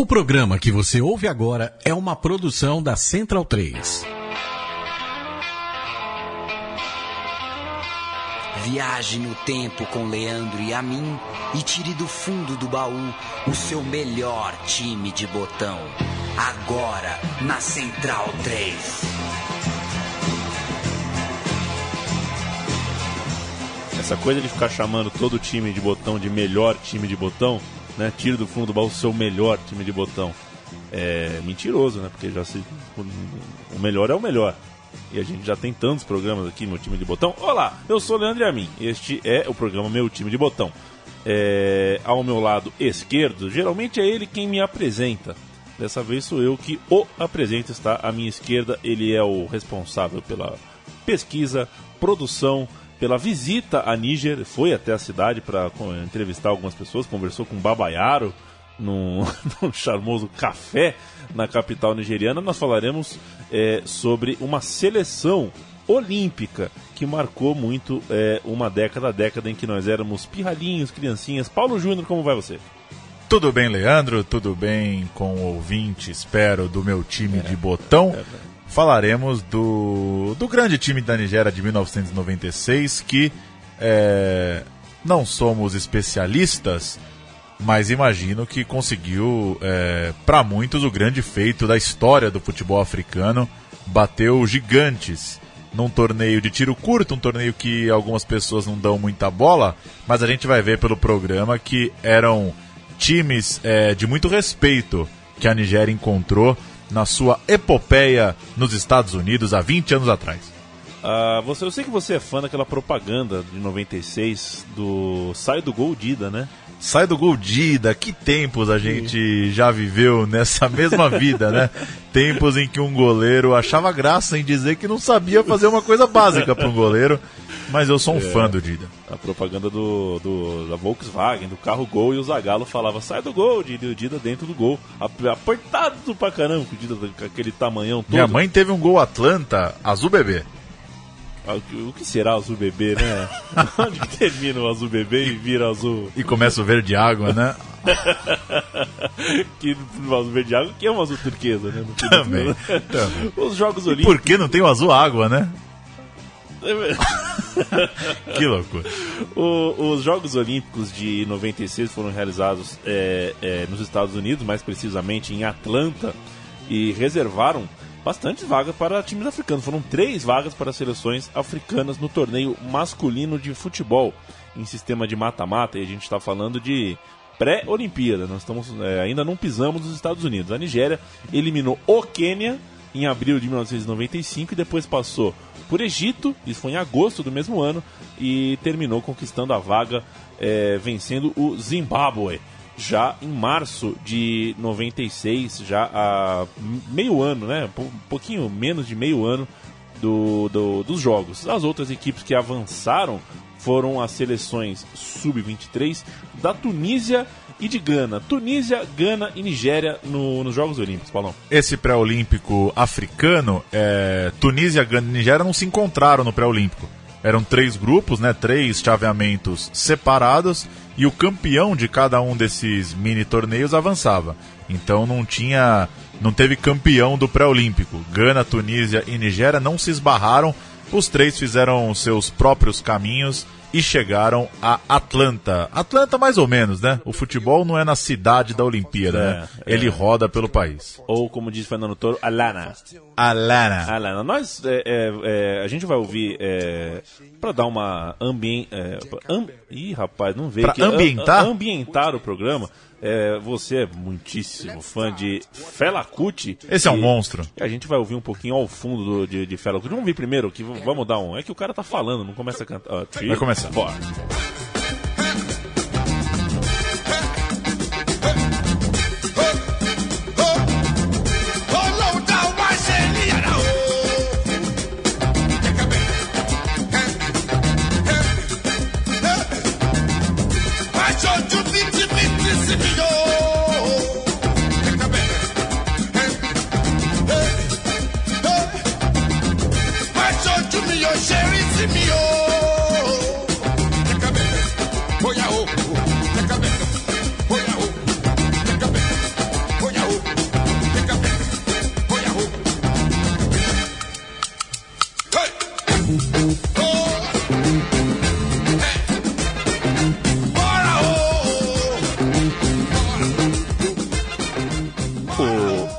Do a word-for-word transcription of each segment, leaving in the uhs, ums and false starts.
O programa que você ouve agora é uma produção da Central três. Viaje no tempo com Leandro e a mim e tire do fundo do baú o seu melhor time de botão. Agora na Central três. Essa coisa de ficar chamando todo time de botão de melhor time de botão, né? Tire do fundo do baú o seu melhor time de botão. É mentiroso, né? Porque já se... o melhor é o melhor. E a gente já tem tantos programas aqui no Time de Botão. Olá, eu sou o Leandro Amin. Este é o programa Meu Time de Botão. É, ao meu lado esquerdo, geralmente é ele quem me apresenta. Dessa vez sou eu que o apresento. Está à minha esquerda. Ele é o responsável pela pesquisa, produção, pela visita a Níger. Foi até a cidade para entrevistar algumas pessoas. Conversou com Baba Yaro num, num charmoso café na capital nigeriana. Nós falaremos é, sobre uma seleção olímpica que marcou muito é, uma década, a década em que nós éramos pirralhinhos, criancinhas. Paulo Júnior, como vai você? Tudo bem, Leandro? Tudo bem com o ouvinte, espero, do meu time é, de botão? É, é. Falaremos do, do grande time da Nigéria de mil novecentos e noventa e seis, que é, não somos especialistas, mas imagino que conseguiu, é, para muitos, o grande feito da história do futebol africano. Bateu gigantes num torneio de tiro curto, um torneio que algumas pessoas não dão muita bola, mas a gente vai ver pelo programa que eram times é, de muito respeito que a Nigéria encontrou na sua epopeia nos Estados Unidos há vinte anos atrás. Uh, você, eu sei que você é fã daquela propaganda de noventa e seis do Sai do Gol Dida, né? Sai do gol Dida, que tempos a gente já viveu nessa mesma vida, né? Tempos em que um goleiro achava graça em dizer que não sabia fazer uma coisa básica para um goleiro, mas eu sou um é, fã do Dida. A propaganda do, do, da Volkswagen, do carro Gol, e o Zagallo falava, sai do gol, Dida, e o Dida dentro do gol. Apertado pra caramba, o Dida com aquele tamanhão todo. Minha mãe teve um gol Atlanta, azul bebê. O que será azul bebê, né? Onde que termina o azul bebê e vira azul... E começa o verde água, né? Que no azul verde água, que é um azul turquesa, né? Também, também. Os Jogos Olímpicos... E por que não tem o azul água, né? Que loucura. O, os Jogos Olímpicos de noventa e seis foram realizados é, é, nos Estados Unidos, mais precisamente em Atlanta, e reservaram bastante vagas para times africanos. Foram três vagas para seleções africanas no torneio masculino de futebol em sistema de mata-mata, e a gente está falando de pré-Olimpíada. Nós estamos, é, ainda não pisamos nos Estados Unidos. A Nigéria eliminou o Quênia em abril de mil novecentos e noventa e cinco e depois passou por Egito, isso foi em agosto do mesmo ano, e terminou conquistando a vaga, é, vencendo o Zimbábue já em março de noventa e seis, já há meio ano, né? Um pouquinho menos de meio ano do, do, dos jogos. As outras equipes que avançaram foram as seleções sub vinte e três da Tunísia e de Gana. Tunísia, Gana e Nigéria no, nos Jogos Olímpicos, Paulão. Esse pré-olímpico africano, é, Tunísia, Gana e Nigéria não se encontraram no pré-olímpico. Eram três grupos, né, três chaveamentos separados, e o campeão de cada um desses mini torneios avançava. Então não tinha, não teve campeão do pré-olímpico. Gana, Tunísia e Nigéria não se esbarraram. Os três fizeram seus próprios caminhos e chegaram a Atlanta. Atlanta mais ou menos, né? O futebol não é na cidade da Olimpíada, é, né? É. Ele roda pelo país. Ou, como diz Fernando Toro, Alana. Alana. Alana. Nós, é, é, é, a gente vai ouvir, é, para dar uma ambiente... É, amb... Ih, rapaz, não veio. Pra ambientar? Am, ambientar o programa. É, você é muitíssimo fã de Fela Kuti. Esse é um monstro. A gente vai ouvir um pouquinho ao fundo do, de, de Fela Kuti. Vamos ouvir primeiro, que vamos dar um... É que o cara tá falando, não começa a cantar. Ah, vai começar. Bora.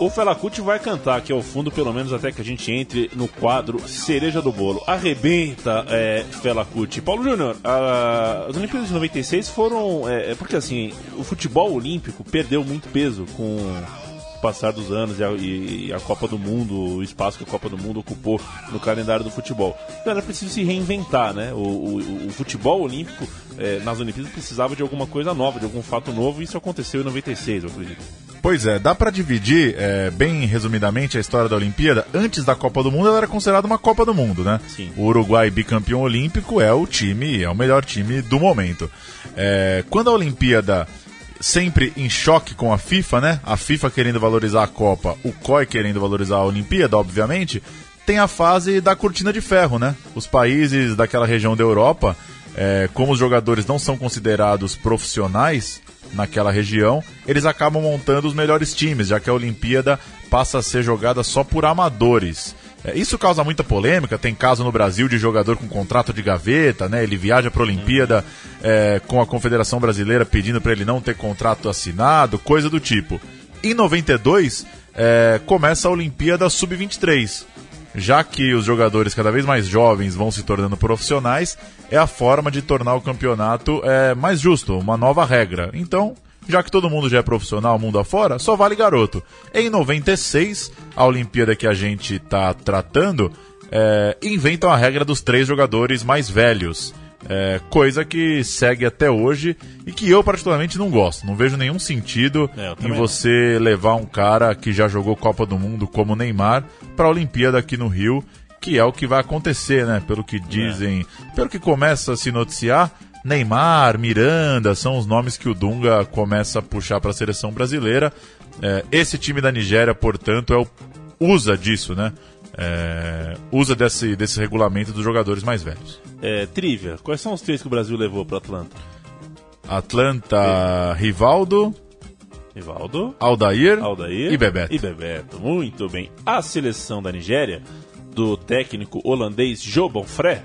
O Fela Kuti vai cantar aqui ao fundo, pelo menos até que a gente entre no quadro Cereja do Bolo. Arrebenta, é, Fela Kuti. Paulo Júnior, a, as Olimpíadas de noventa e seis foram... É, é porque assim, o futebol olímpico perdeu muito peso com o passar dos anos e a, e a Copa do Mundo, o espaço que a Copa do Mundo ocupou no calendário do futebol. Então era preciso se reinventar, né? O, o, o futebol olímpico é, nas Olimpíadas precisava de alguma coisa nova, de algum fato novo, e isso aconteceu em noventa e seis, eu acredito. Pois é, dá pra dividir, é, bem resumidamente, a história da Olimpíada. Antes da Copa do Mundo, ela era considerada uma Copa do Mundo, né? Sim. O Uruguai, bicampeão olímpico, é o time, é o melhor time do momento. É, quando a Olimpíada, sempre em choque com a FIFA, né? A FIFA querendo valorizar a Copa, o C O I querendo valorizar a Olimpíada, obviamente, tem a fase da cortina de ferro, né? Os países daquela região da Europa, é, como os jogadores não são considerados profissionais naquela região, eles acabam montando os melhores times, já que a Olimpíada passa a ser jogada só por amadores. É, isso causa muita polêmica, tem caso no Brasil de jogador com contrato de gaveta, né? Ele viaja para a Olimpíada é, com a Confederação Brasileira pedindo para ele não ter contrato assinado, coisa do tipo. Em noventa e dois, é, começa a Olimpíada sub vinte e três. Já que os jogadores cada vez mais jovens vão se tornando profissionais, é a forma de tornar o campeonato é, mais justo, uma nova regra. Então, já que todo mundo já é profissional, mundo afora, só vale garoto. Em noventa e seis, a Olimpíada que a gente está tratando, é, inventam a regra dos três jogadores mais velhos. É, coisa que segue até hoje e que eu particularmente não gosto. Não vejo nenhum sentido é, em você não. levar um cara que já jogou Copa do Mundo como Neymar para a Olimpíada aqui no Rio, que é o que vai acontecer, né? Pelo que dizem, é. pelo que começa a se noticiar, Neymar, Miranda são os nomes que o Dunga começa a puxar para a seleção brasileira. É, esse time da Nigéria, portanto, é o, usa disso, né? É, usa desse, desse regulamento dos jogadores mais velhos. É, trivia, quais são os três que o Brasil levou para Atlanta? Atlanta, é. Rivaldo, Rivaldo, Aldair, Aldair e Bebeto. E Bebeto, muito bem. A seleção da Nigéria, do técnico holandês Joe Bonfré,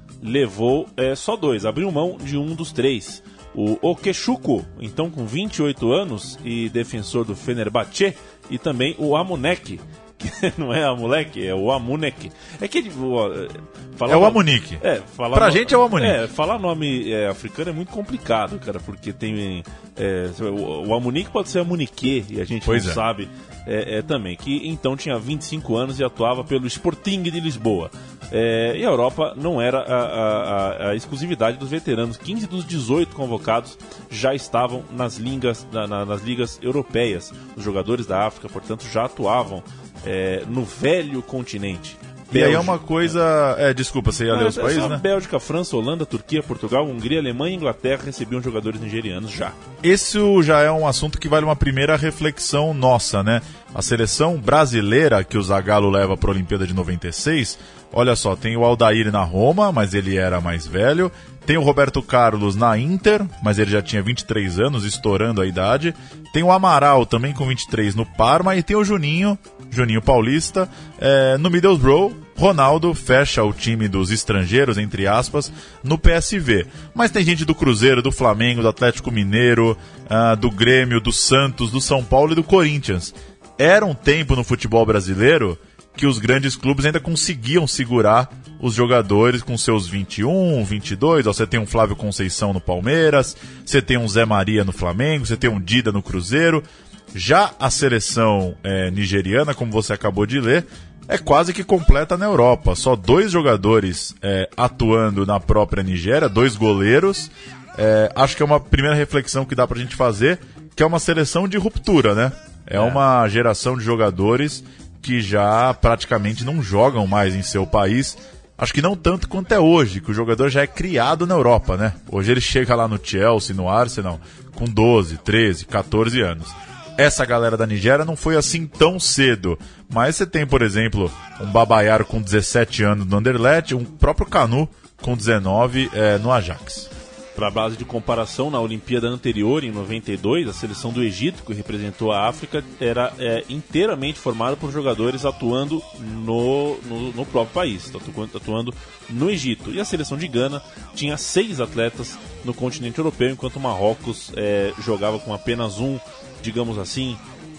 levou é, só dois, abriu mão de um dos três. O Okechukwu, então com vinte e oito anos e defensor do Fenerbahçe, e também o Amunek, que não é a moleque, é o Amunek. É que ó, falar é o nome, Amunique. É, falar pra no, gente é o Amunique. É, falar nome é, africano é muito complicado, cara, porque tem é, o, o Amunique pode ser Amunique e a gente pois não é. sabe é, é, também. Que então tinha vinte e cinco anos e atuava pelo Sporting de Lisboa. É, e a Europa não era a, a, a exclusividade dos veteranos. quinze dos dezoito convocados já estavam nas ligas, na, na, nas ligas europeias. Os jogadores da África, portanto, já atuavam É, no velho continente. E Bélgica, aí é uma coisa... É, desculpa, você ia ah, ler os é países, só né? Bélgica, França, Holanda, Turquia, Portugal, Hungria, Alemanha e Inglaterra recebiam jogadores nigerianos já. Isso já é um assunto que vale uma primeira reflexão nossa, né? A seleção brasileira que o Zagallo leva para a Olimpíada de noventa e seis, olha só, tem o Aldair na Roma, mas ele era mais velho. Tem o Roberto Carlos na Inter, mas ele já tinha vinte e três anos, estourando a idade. Tem o Amaral, também com vinte e três, no Parma. E tem o Juninho, Juninho Paulista, é, no Middlesbrough. Ronaldo fecha o time dos estrangeiros, entre aspas, no P S V. Mas tem gente do Cruzeiro, do Flamengo, do Atlético Mineiro, uh, do Grêmio, do Santos, do São Paulo e do Corinthians. Era um tempo no futebol brasileiro que os grandes clubes ainda conseguiam segurar os jogadores com seus vinte e um, vinte e dois, ó, você tem um Flávio Conceição no Palmeiras, você tem um Zé Maria no Flamengo, você tem um Dida no Cruzeiro. Já a seleção é, nigeriana, como você acabou de ler, é quase que completa na Europa. Só dois jogadores é, atuando na própria Nigéria, dois goleiros. É, acho que é uma primeira reflexão que dá pra gente fazer, que é uma seleção de ruptura, né? É, é. uma geração de jogadores que já praticamente não jogam mais em seu país. Acho que não tanto quanto é hoje, que o jogador já é criado na Europa, né? Hoje ele chega lá no Chelsea, no Arsenal, com doze, treze, catorze anos. Essa galera da Nigéria não foi assim tão cedo. Mas você tem, por exemplo, um Babayaro com dezessete anos no Anderlecht, um próprio Canu com dezenove é, no Ajax. Para a base de comparação, na Olimpíada anterior, em noventa e dois, a seleção do Egito, que representou a África, era é, inteiramente formada por jogadores atuando no, no, no próprio país, atu, atuando no Egito. E a seleção de Gana tinha seis atletas no continente europeu, enquanto o Marrocos é, jogava com apenas um, digamos assim,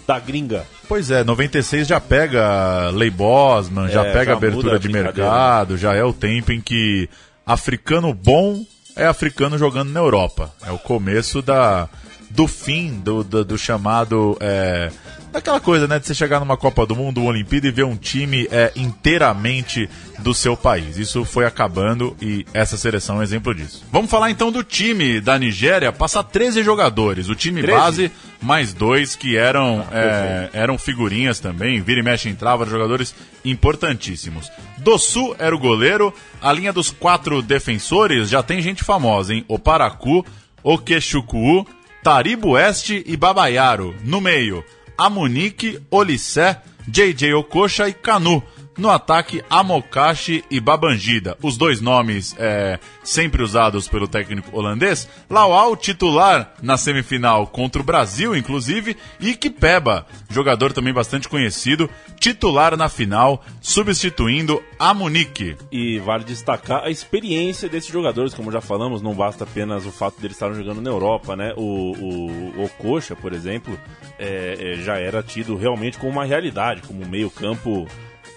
da gringa. Pois é, noventa e seis já pega Lei Bosman, já É, pega já abertura muda a de brincadeira. mercado, já é o tempo em que africano bom é africano jogando na Europa. É o começo da, do fim do, do, do chamado... É, daquela coisa, né, de você chegar numa Copa do Mundo, uma Olimpíada e ver um time é, inteiramente do seu país. Isso foi acabando e essa seleção é um exemplo disso. Vamos falar então do time da Nigéria, passa treze jogadores, o time treze? base mais dois que eram, ah, é, eram figurinhas também, vira e mexe entrava, jogadores importantíssimos. Dossu era o goleiro, a linha dos quatro defensores já tem gente famosa, hein? O Paracu, o Quechukwu, Taribo Oeste e Babayaro. No meio, Amunique, Olissé, J J Okocha e Kanu. No ataque, Amokachi e Babangida. Os dois nomes é, sempre usados pelo técnico holandês. Lawal, titular na semifinal contra o Brasil, inclusive. E Kipeba, jogador também bastante conhecido, titular na final, substituindo Amunique. E vale destacar a experiência desses jogadores, como já falamos, não basta apenas o fato deles estarem jogando na Europa, né? O, o, o Okocha, por exemplo, é, é, já era tido realmente como uma realidade, como um meio-campo...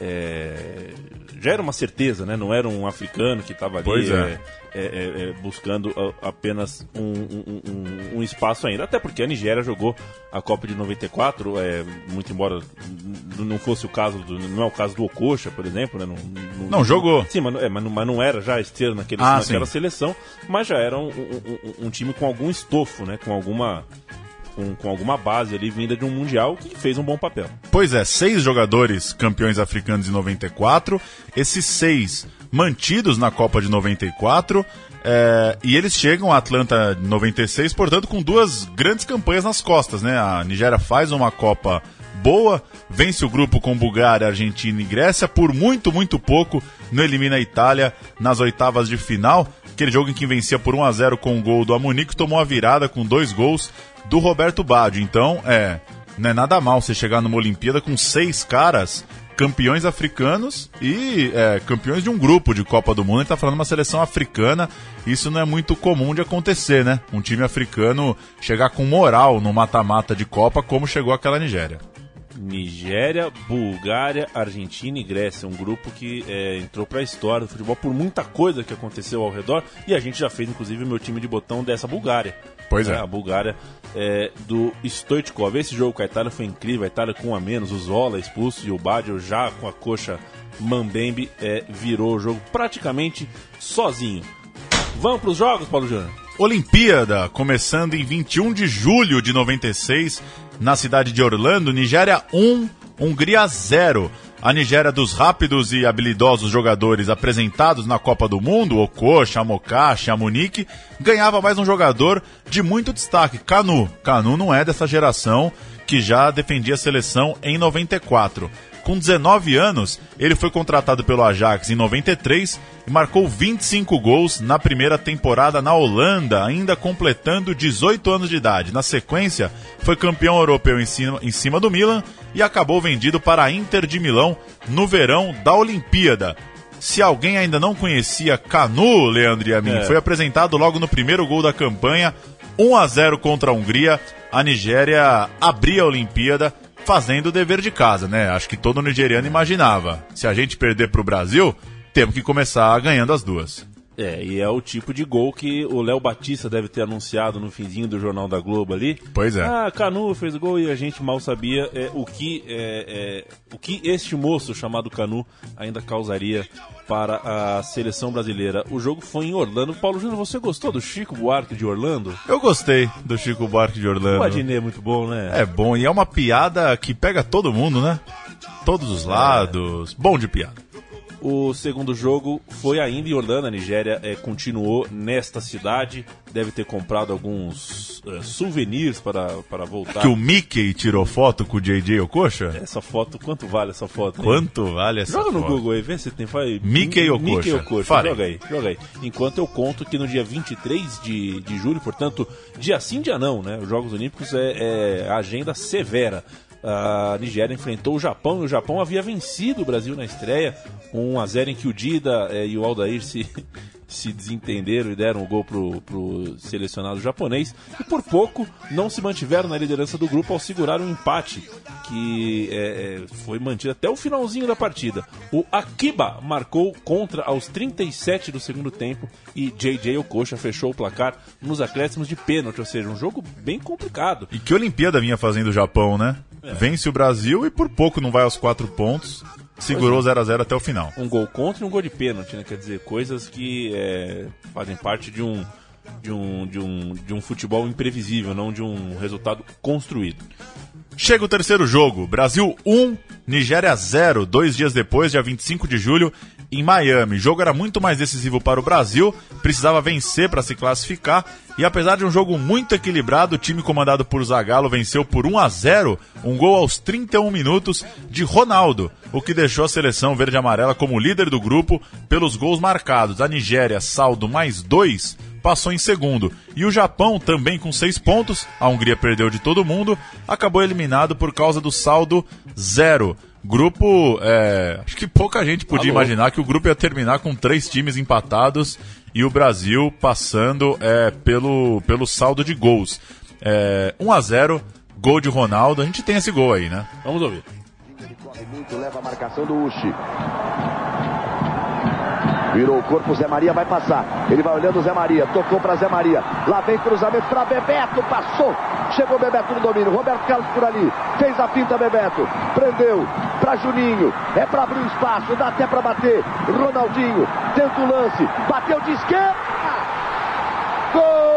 É, já era uma certeza, né? Não era um africano que estava ali pois é. É, é, é, buscando a, apenas um, um, um, um espaço ainda. Até porque a Nigéria jogou a Copa de noventa e quatro, é, muito embora não fosse o caso, do, não é o caso do Okocha, por exemplo. Né? Não, não, não jogou. Sim, mas, é, mas, não, mas não era já estrela naquele, ah, naquela sim. seleção, mas já era um, um, um time com algum estofo, né? Com alguma... Com, com alguma base ali vinda de um Mundial que fez um bom papel. Pois é, seis jogadores campeões africanos em noventa e quatro, esses seis mantidos na Copa de noventa e quatro, é, e eles chegam a Atlanta em noventa e seis, portanto, com duas grandes campanhas nas costas, né? A Nigéria faz uma Copa boa, vence o grupo com Bulgária, Argentina e Grécia, por muito, muito pouco, não elimina a Itália nas oitavas de final, aquele jogo em que vencia por um a zero com o gol do Amunique, tomou a virada com dois gols do Roberto Baggio. Então, é, não é nada mal você chegar numa Olimpíada com seis caras campeões africanos e é, campeões de um grupo de Copa do Mundo. A gente tá falando de uma seleção africana, isso não é muito comum de acontecer, né? Um time africano chegar com moral no mata-mata de Copa como chegou aquela Nigéria. Nigéria, Bulgária, Argentina e Grécia, um grupo que é, entrou para a história do futebol por muita coisa que aconteceu ao redor, e a gente já fez inclusive o meu time de botão dessa Bulgária. Pois é. é a Bulgária é, do Stoichkov. Esse jogo com a Itália foi incrível, a Itália com um a menos, o Zola expulso e o Baggio já com a coxa Mambembe é, virou o jogo praticamente sozinho. Vamos para os jogos, Paulo Júnior? Olimpíada, começando em vinte e um de julho de noventa e seis, na cidade de Orlando, Nigéria um, Hungria zero. A Nigéria dos rápidos e habilidosos jogadores apresentados na Copa do Mundo, Okocha, Amokachi, Amunique, ganhava mais um jogador de muito destaque, Kanu. Kanu não é dessa geração que já defendia a seleção em noventa e quatro. Com dezenove anos, ele foi contratado pelo Ajax em noventa e três e marcou vinte e cinco gols na primeira temporada na Holanda, ainda completando dezoito anos de idade. Na sequência, foi campeão europeu em cima, em cima do Milan e acabou vendido para a Inter de Milão no verão da Olimpíada. Se alguém ainda não conhecia Kanu, Leandro e a mim, é. foi apresentado logo no primeiro gol da campanha, um a zero contra a Hungria. A Nigéria abria a Olimpíada fazendo o dever de casa, né? Acho que todo nigeriano imaginava. Se a gente perder pro Brasil, temos que começar ganhando as duas. É, e é o tipo de gol que o Léo Batista deve ter anunciado no finzinho do Jornal da Globo ali. Pois é. Ah, Kanu fez gol e a gente mal sabia é, o, que, é, é, o que este moço chamado Kanu ainda causaria para a seleção brasileira. O jogo foi em Orlando. Paulo Júnior, você gostou do Chico Buarque de Orlando? Eu gostei do Chico Buarque de Orlando. O Adnet é muito bom, né? É bom, e é uma piada que pega todo mundo, né? Todos os lados. É. Bom de piada. O segundo jogo foi ainda em Orlando. A Nigéria é, continuou nesta cidade. Deve ter comprado alguns é, souvenirs para, para voltar. Que o Mickey tirou foto com o J J Okocha? Essa foto, quanto vale essa foto? Quanto hein? Vale essa joga foto? Joga no Google aí, vê se tem. Faz... Mickey Okocha. Mickey Okocha. Joga aí, joga aí. Enquanto eu conto que no dia vinte e três de, de julho, portanto, dia sim, dia não, né? Os Jogos Olímpicos é, é agenda severa. A Nigéria enfrentou o Japão e o Japão havia vencido o Brasil na estreia, um a zero em que o Dida é, e o Aldair se, se desentenderam e deram o gol pro, pro selecionado japonês, e por pouco não se mantiveram na liderança do grupo ao segurar um empate que é, foi mantido até o finalzinho da partida. O Akiba marcou contra aos trinta e sete do segundo tempo e J J Okocha fechou o placar nos acréscimos de pênalti, ou seja, um jogo bem complicado. E que Olimpíada vinha fazendo o Japão, né? É. Vence o Brasil e por pouco não vai aos quatro pontos. Segurou zero a zero até o final. Um gol contra e um gol de pênalti, né? Quer dizer, coisas que é, fazem parte de um, de, um, de, um, de um futebol imprevisível, não de um resultado construído. Chega o terceiro jogo. Brasil um, Nigéria zero. Dois dias depois, dia vinte e cinco de julho, em Miami. O jogo era muito mais decisivo para o Brasil, precisava vencer para se classificar. E apesar de um jogo muito equilibrado, o time comandado por Zagallo venceu por um a zero, um gol aos trinta e um minutos de Ronaldo, o que deixou a seleção verde-amarela como líder do grupo pelos gols marcados. A Nigéria, saldo mais dois, passou em segundo. E o Japão, também com seis pontos, a Hungria perdeu de todo mundo, acabou eliminado por causa do saldo zero. Grupo, é, acho que pouca gente podia Alô. imaginar que o grupo ia terminar com três times empatados e o Brasil passando é, pelo, pelo saldo de gols. É, um a zero, gol de Ronaldo. A gente tem esse gol aí, né? Vamos ouvir. Ele corre muito, leva a marcação do Uchi. Virou o corpo, Zé Maria vai passar. Ele vai olhando o Zé Maria, tocou para Zé Maria. Lá vem cruzamento para Bebeto, passou. Chegou Bebeto no domínio, Roberto Carlos por ali. Fez a finta Bebeto, prendeu para Juninho. É para abrir o espaço, dá até para bater. Ronaldinho, tenta o lance, bateu de esquerda. Gol!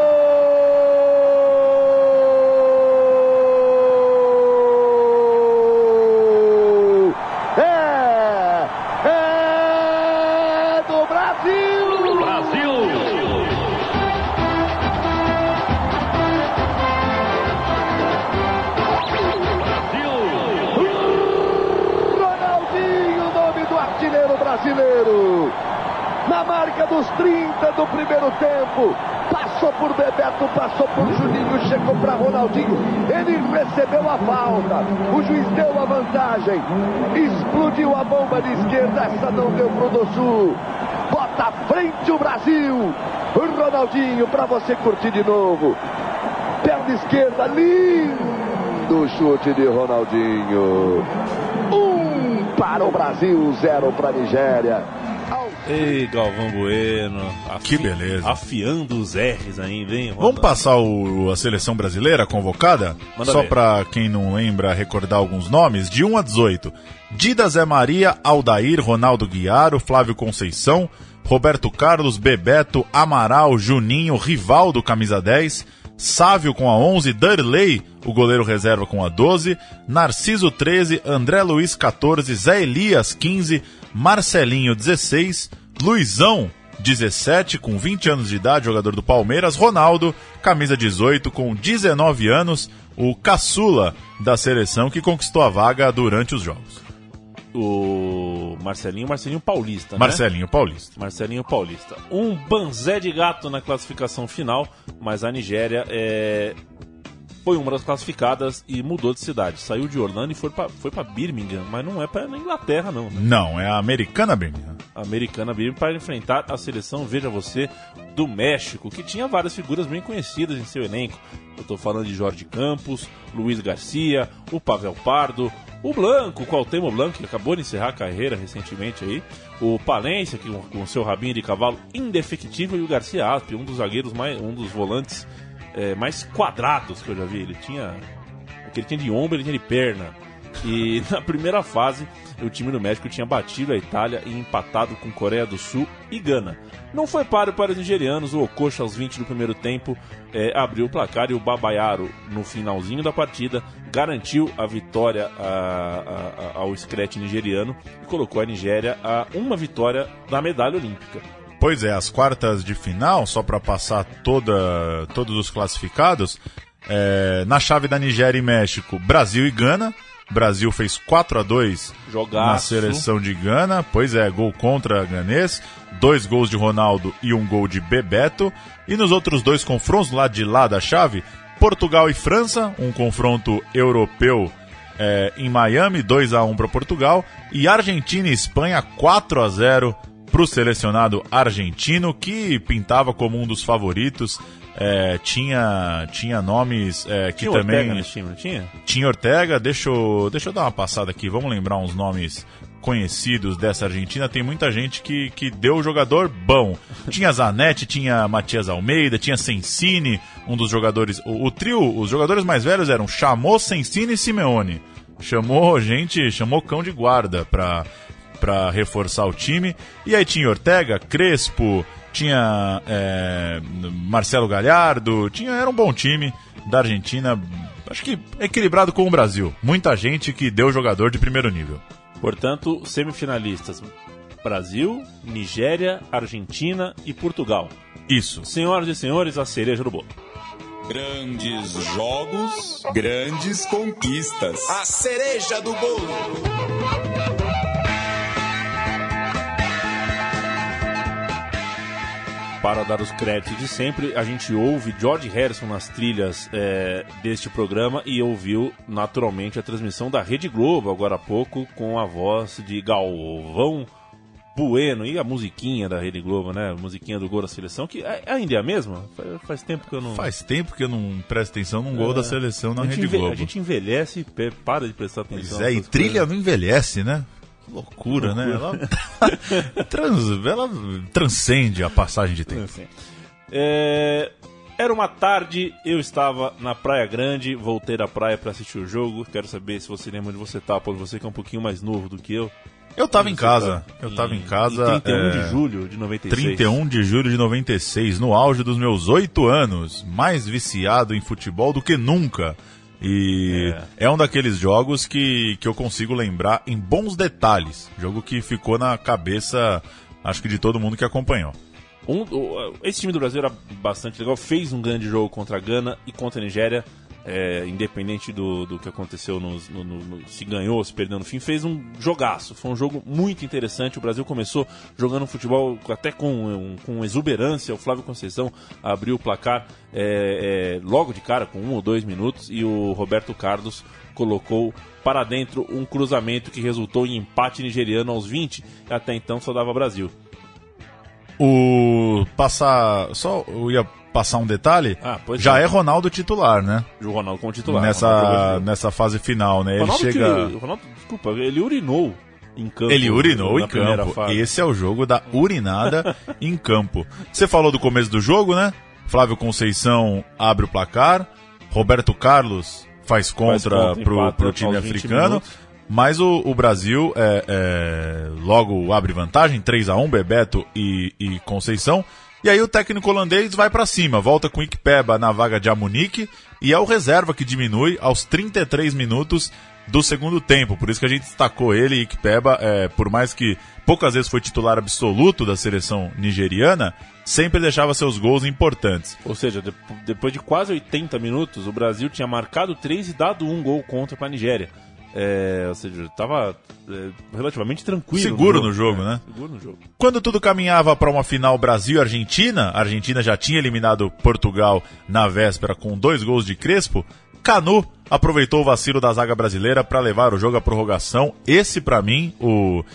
Brasileiro, na marca dos trinta do primeiro tempo, passou por Bebeto, passou por Juninho, chegou para Ronaldinho, ele recebeu a falta, o juiz deu a vantagem, explodiu a bomba de esquerda, essa não deu pro do Sul, bota à frente o Brasil, o Ronaldinho para você curtir de novo, perna esquerda, lindo chute de Ronaldinho. Para o Brasil, zero para a Nigéria. Ei, Galvão Bueno. Afi... Que beleza. Afiando os R's ainda, hein? Vamos passar o, a seleção brasileira convocada? Manda Só ver. para quem não lembra recordar alguns nomes. De um a dezoito. Dida, Zé Maria, Aldair, Ronaldo Guiaro, Flávio Conceição, Roberto Carlos, Bebeto, Amaral, Juninho, Rivaldo, camisa dez, Sávio com a onze, Darley, o goleiro reserva com a doze, Narciso treze, André Luiz quatorze, Zé Elias quinze, Marcelinho dezesseis, Luizão dezessete, com vinte anos de idade, jogador do Palmeiras, Ronaldo, camisa dezoito, com dezenove anos, o caçula da seleção que conquistou a vaga durante os jogos. O Marcelinho, Marcelinho Paulista, né? Marcelinho Paulista. Marcelinho Paulista. Um banzé de gato na classificação final, mas a Nigéria é... foi uma das classificadas e mudou de cidade. Saiu de Orlando e foi pra, foi pra Birmingham, mas não é pra Inglaterra, não. Né? Não, é a americana Birmingham. Americana Birmingham para enfrentar a seleção, veja você, do México, que tinha várias figuras bem conhecidas em seu elenco. Eu tô falando de Jorge Campos, Luiz Garcia, o Pavel Pardo, o Blanco, o Cuauhtémoc Blanco, que acabou de encerrar a carreira recentemente aí, o Palência, que com seu rabinho de cavalo indefectível, e o Garcia Aspe, um dos zagueiros, mais, um dos volantes é, mais quadrados que eu já vi. Ele tinha, o que ele tinha de ombro, ele tinha de perna. E na primeira fase, o time do México tinha batido a Itália e empatado com Coreia do Sul e Gana. Não foi páreo para os nigerianos, o Okocha aos vinte do primeiro tempo é, abriu o placar e o Babayaro, no finalzinho da partida, garantiu a vitória a, a, a, ao Scratch nigeriano e colocou a Nigéria a uma vitória da medalha olímpica. Pois é, as quartas de final, só para passar toda, todos os classificados, é, na chave da Nigéria e México, Brasil e Gana. Brasil fez quatro a dois Jogaço. Na seleção de Gana. Pois é, gol contra ganês, dois gols de Ronaldo e um gol de Bebeto. E nos outros dois confrontos, lá de lá da chave, Portugal e França, um confronto europeu é, em Miami, dois a um para Portugal. E Argentina e Espanha, quatro a zero para o selecionado argentino, que pintava como um dos favoritos. É, tinha, tinha nomes é, que tinha também... Ortega nesse time, não tinha? Tinha Ortega, deixa eu, deixa eu dar uma passada aqui, vamos lembrar uns nomes conhecidos dessa Argentina. Tem muita gente que, que deu jogador bom. Tinha Zanetti, tinha Matias Almeida, tinha Sensini, um dos jogadores... O, o trio, os jogadores mais velhos eram Chamou, Sensini e Simeone. Chamou gente, chamou cão de guarda pra, pra reforçar o time. E aí tinha Ortega, Crespo... Tinha é, Marcelo Galhardo, tinha, era um bom time da Argentina, acho que equilibrado com o Brasil. Muita gente que deu jogador de primeiro nível. Portanto, semifinalistas: Brasil, Nigéria, Argentina e Portugal. Isso. Senhoras e senhores, a cereja do bolo. Grandes jogos, grandes conquistas. A cereja do bolo. Para dar os créditos de sempre, a gente ouve George Harrison nas trilhas é, deste programa e ouviu naturalmente a transmissão da Rede Globo agora há pouco com a voz de Galvão Bueno e a musiquinha da Rede Globo, né? A musiquinha do gol da seleção, que ainda é a mesma? Faz, faz tempo que eu não... Faz tempo que eu não presto atenção num gol é, da seleção na Rede Globo. A gente envelhece e para de prestar atenção. Pois é, e trilha coisas. Não envelhece, né? Que loucura, loucura, né? Ela, trans, ela transcende a passagem de tempo. É, era uma tarde, eu estava na Praia Grande, voltei da praia para assistir o jogo. Quero saber se você lembra onde você está, pois você que é um pouquinho mais novo do que eu. Eu estava em casa, eu estava em casa. Em trinta e um é, de julho de noventa e seis. trinta e um de julho de noventa e seis, no auge dos meus oito anos, mais viciado em futebol do que nunca. E é. é um daqueles jogos que, que eu consigo lembrar em bons detalhes. Jogo que ficou na cabeça, acho que de todo mundo que acompanhou. Um, esse time do Brasil era bastante legal. Fez um grande jogo contra a Gana e contra a Nigéria. É, independente do, do que aconteceu, no, no, no, se ganhou, se perdeu no fim, fez um jogaço. Foi um jogo muito interessante. O Brasil começou jogando futebol até com, com exuberância. O Flávio Conceição abriu o placar é, é, logo de cara, com um ou dois minutos, e o Roberto Carlos colocou para dentro um cruzamento que resultou em empate nigeriano aos vinte. Até então só dava Brasil. O passar, só eu ia passar um detalhe, ah, já é. é Ronaldo titular, né? O Ronaldo como titular. Nessa, nessa fase final, né? Ronaldo ele chega... Que, Ronaldo, desculpa, ele urinou em campo. Ele urinou em campo. Fase. Esse é o jogo da urinada em campo. Você falou do começo do jogo, né? Flávio Conceição abre o placar, Roberto Carlos faz contra, faz contra pro, pro time africano. Minutos. Mas o, o Brasil é, é, logo abre vantagem, três a um, Bebeto e, e Conceição. E aí o técnico holandês vai pra cima, volta com Ikpeba na vaga de Amunique, e é o reserva que diminui aos trinta e três minutos do segundo tempo. Por isso que a gente destacou ele, Ikpeba, é, por mais que poucas vezes foi titular absoluto da seleção nigeriana, sempre deixava seus gols importantes. Ou seja, de, depois de quase oitenta minutos, o Brasil tinha marcado três e dado um gol contra pra Nigéria. É, ou seja, estava é, relativamente tranquilo. Seguro no jogo, no jogo né? né? Seguro no jogo. Quando tudo caminhava para uma final Brasil-Argentina, a Argentina já tinha eliminado Portugal na véspera com dois gols de Crespo, Canu aproveitou o vacilo da zaga brasileira para levar o jogo à prorrogação. Esse, para mim, o...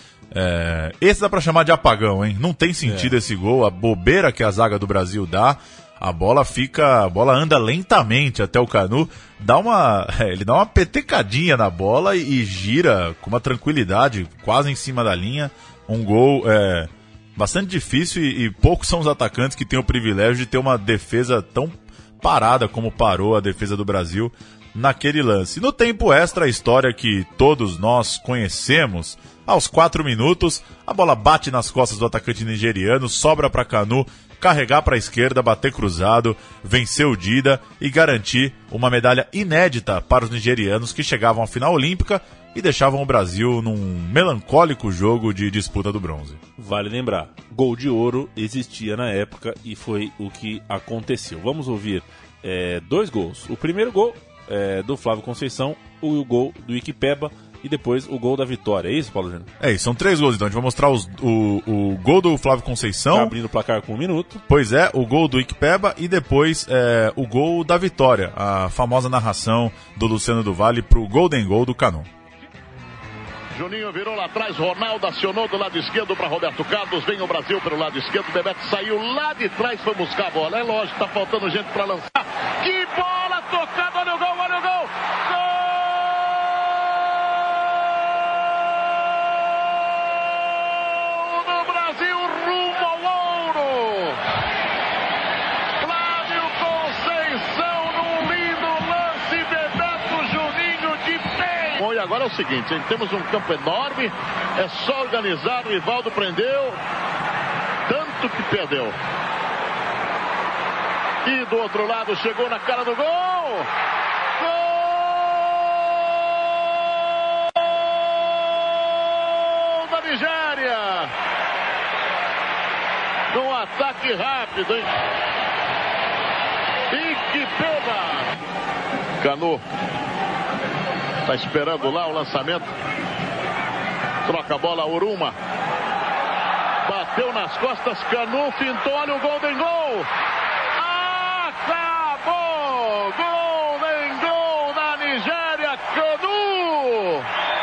É, esse dá para chamar de apagão, hein? Não tem sentido é. esse gol, a bobeira que a zaga do Brasil dá. A bola fica, a bola anda lentamente até o Canu, dá uma, ele dá uma petecadinha na bola e, e gira com uma tranquilidade, quase em cima da linha. Um gol é, bastante difícil e, e poucos são os atacantes que têm o privilégio de ter uma defesa tão parada como parou a defesa do Brasil naquele lance. No tempo extra, a história que todos nós conhecemos, aos quatro minutos, a bola bate nas costas do atacante nigeriano, sobra para Canu carregar para a esquerda, bater cruzado, vencer o Dida e garantir uma medalha inédita para os nigerianos que chegavam à final olímpica e deixavam o Brasil num melancólico jogo de disputa do bronze. Vale lembrar, gol de ouro existia na época e foi o que aconteceu. Vamos ouvir é, dois gols. O primeiro gol é, do Flávio Conceição, o gol do Ikpeba, e depois o gol da vitória. É isso, Paulo Júnior? É isso, são três gols então. A gente vai mostrar os, o, o gol do Flávio Conceição. Tá abrindo o placar com um minuto. Pois é, o gol do Ikpeba e depois é, o gol da vitória. A famosa narração do Luciano do Vale pro Golden Goal do Canu. Juninho virou lá atrás, Ronaldo acionou do lado esquerdo para Roberto Carlos, vem o Brasil pelo lado esquerdo, Bebeto saiu lá de trás, foi buscar a bola. É lógico, tá faltando gente para lançar. Que bola tocada, olha o gol, olha o gol! Gol! Do Brasil rumo ao ouro! Flávio Conceição num lindo lance, Bebeto, Juninho de pé. Bom, e agora é o seguinte, hein? Temos um campo enorme, é só organizar, o Rivaldo prendeu, tanto que perdeu. E do outro lado chegou na cara do gol! Gol da Nigéria! Num ataque rápido, hein? E que pena! Canu tá esperando lá o lançamento. Troca a bola, Uruma. Bateu nas costas, Canu fintou, olha o Golden Goal! Acabou! Golden Goal da Nigéria, Canu!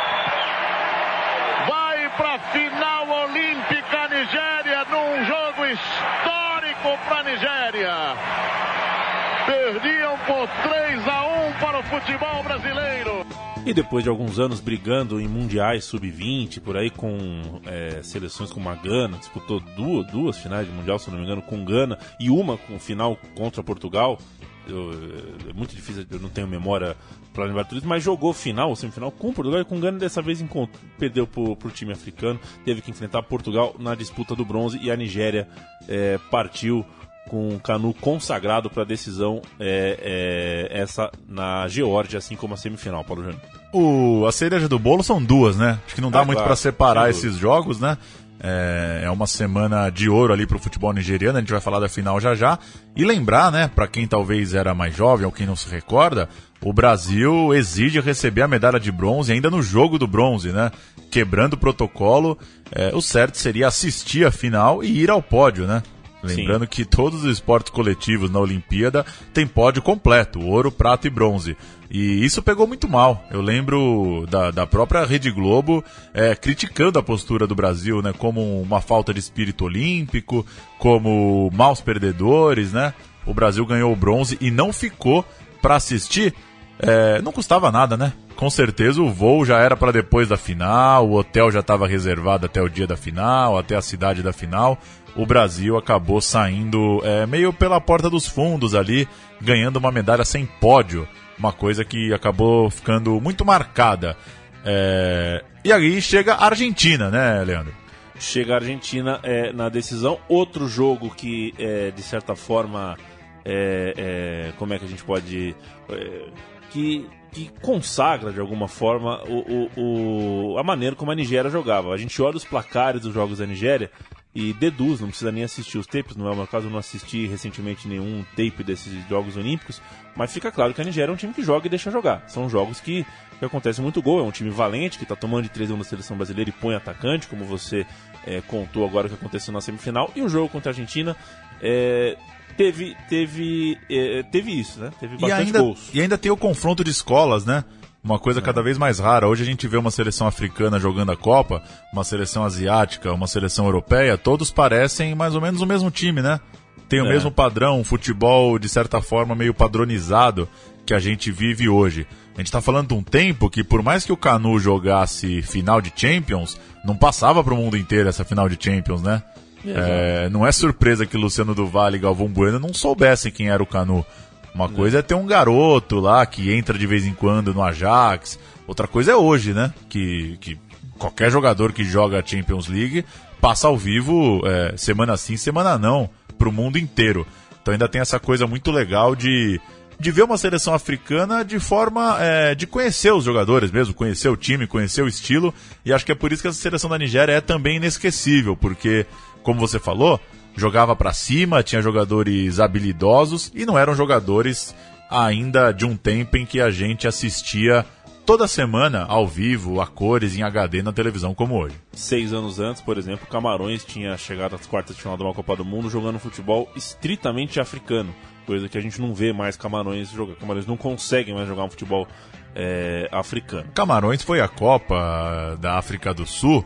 Vai pra final olímpica Nigéria num jogo histórico pra Nigéria. Perdiam por três a um para o futebol brasileiro. E depois de alguns anos brigando em mundiais sub vinte, por aí com é, seleções como a Gana, disputou duas, duas finais de mundial, se não me engano, com Gana, e uma com final contra Portugal. Eu, é muito difícil, eu não tenho memória para lembrar tudo isso, mas jogou final, semifinal com Portugal e com Gana, e dessa vez encontrou, perdeu para o time africano, teve que enfrentar Portugal na disputa do bronze, e a Nigéria é, partiu com o Canu consagrado para a decisão é, é, essa na Geórgia, assim como a semifinal, Paulo Júnior. O, a cereja do bolo são duas, né? Acho que não dá ah, muito claro, para separar esses jogos, né? É, é uma semana de ouro ali pro futebol nigeriano, a gente vai falar da final já já. E lembrar, né, para quem talvez era mais jovem ou quem não se recorda, o Brasil exige receber a medalha de bronze ainda no jogo do bronze, né? Quebrando o protocolo, é, o certo seria assistir a final e ir ao pódio, né? Lembrando Sim. que todos os esportes coletivos na Olimpíada tem pódio completo, ouro, prata e bronze. E isso pegou muito mal. Eu lembro da, da própria Rede Globo é, criticando a postura do Brasil, né, como uma falta de espírito olímpico, como maus perdedores, né? O Brasil ganhou o bronze e não ficou para assistir. É, não custava nada, né? Com certeza o voo já era para depois da final, o hotel já estava reservado até o dia da final, até a cidade da final. O Brasil acabou saindo é, meio pela porta dos fundos ali, ganhando uma medalha sem pódio, uma coisa que acabou ficando muito marcada. É... E aí chega a Argentina, né, Leandro? Chega a Argentina é, na decisão, outro jogo que, é, de certa forma, é, é, como é que a gente pode... É, que... que consagra, de alguma forma, o, o, o, a maneira como a Nigéria jogava. A gente olha os placares dos jogos da Nigéria e deduz, não precisa nem assistir os tapes, não é o meu caso, eu não assisti recentemente nenhum tape desses Jogos Olímpicos, mas fica claro que a Nigéria é um time que joga e deixa jogar. São jogos que, que acontecem muito gol, é um time valente, que está tomando de três a um na seleção brasileira e põe atacante, como você é, contou agora que aconteceu na semifinal, e o jogo contra a Argentina é, teve, teve, é, teve isso, né? Teve bastante e ainda, gols. E ainda tem o confronto de escolas, né? Uma coisa cada vez mais rara. Hoje a gente vê uma seleção africana jogando a Copa, uma seleção asiática, uma seleção europeia, todos parecem mais ou menos o mesmo time, né? Tem o é. mesmo padrão, um futebol de certa forma meio padronizado que a gente vive hoje. A gente tá falando de um tempo que por mais que o Canu jogasse final de Champions, não passava pro mundo inteiro essa final de Champions, né? É, não é surpresa que Luciano do Vale e Galvão Bueno não soubessem quem era o Canu. Uma coisa é ter um garoto lá que entra de vez em quando no Ajax. Outra coisa é hoje, né? Que, que qualquer jogador que joga a Champions League passa ao vivo é, semana sim, semana não, pro mundo inteiro. Então ainda tem essa coisa muito legal de, de ver uma seleção africana de forma é, de conhecer os jogadores mesmo, conhecer o time, conhecer o estilo. E acho que é por isso que essa seleção da Nigéria é também inesquecível, porque, como você falou, jogava pra cima, tinha jogadores habilidosos e não eram jogadores ainda de um tempo em que a gente assistia toda semana ao vivo, a cores, em H D na televisão como hoje. Seis anos antes, por exemplo, Camarões tinha chegado às quartas de final de uma Copa do Mundo jogando futebol estritamente africano, coisa que a gente não vê mais Camarões jogar. Camarões não conseguem mais jogar um futebol é, africano. Camarões foi a Copa da África do Sul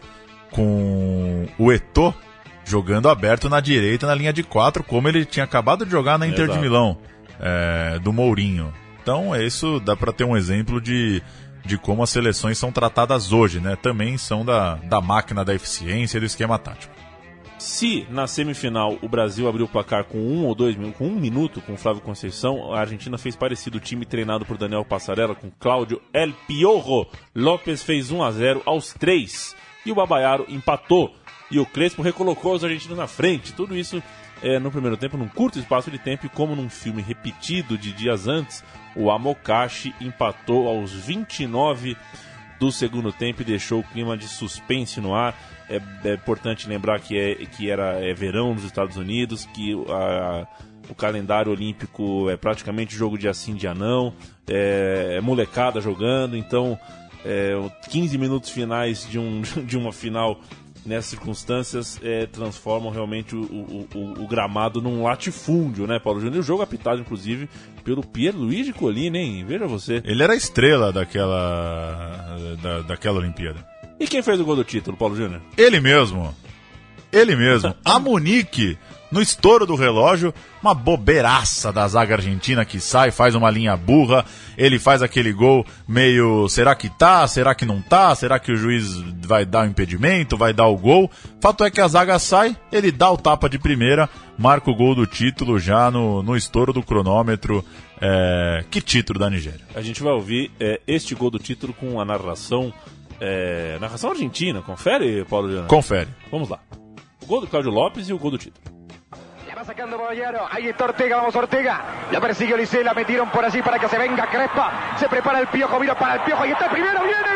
com o Eto'o jogando aberto na direita na linha de quatro, como ele tinha acabado de jogar na Inter Exato. de Milão, é, do Mourinho. Então isso dá para ter um exemplo de, de como as seleções são tratadas hoje, né? Também são da, da máquina da eficiência e do esquema tático. Se na semifinal o Brasil abriu o placar com um ou dois minutos, com um minuto com o Flávio Conceição, a Argentina fez parecido. O time treinado por Daniel Passarella com Cláudio El Piojo Lopes fez um a zero aos três e o Babayaro empatou e o Crespo recolocou os argentinos na frente. Tudo isso é, no primeiro tempo, num curto espaço de tempo, e como num filme repetido de dias antes, o Amokachi empatou aos vinte e nove do segundo tempo e deixou o clima de suspense no ar. É, é importante lembrar que, é, que era é verão nos Estados Unidos, que a, o calendário olímpico é praticamente jogo dia sim, dia não, é, é molecada jogando, então é, quinze minutos finais de, um, de uma final nessas circunstâncias é, transformam realmente o, o, o, o gramado num latifúndio, né, Paulo Júnior? O jogo apitado, inclusive, pelo Pierluigi Collina, hein? Veja você. Ele era a estrela daquela, da, daquela Olimpíada. E quem fez o gol do título, Paulo Júnior? Ele mesmo. Ele mesmo. A Munique, no estouro do relógio, uma bobeiraça da zaga argentina que sai, faz uma linha burra, ele faz aquele gol meio, será que tá, será que não tá, será que o juiz vai dar o impedimento, vai dar o gol? Fato é que a zaga sai, ele dá o tapa de primeira, marca o gol do título já no, no estouro do cronômetro. É... Que título da Nigéria? A gente vai ouvir é, este gol do título com a narração, é, narração argentina. Confere, Paulo Júnior? Confere. Vamos lá. O gol do Cláudio Lopes e o gol do título. Va sacando Babayaro, ahí está Ortega, vamos Ortega, la persiguió Licey, la metieron por allí para que se venga Crespa, se prepara el Piojo, mira para el Piojo, ahí está el primero, viene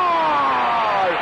gol,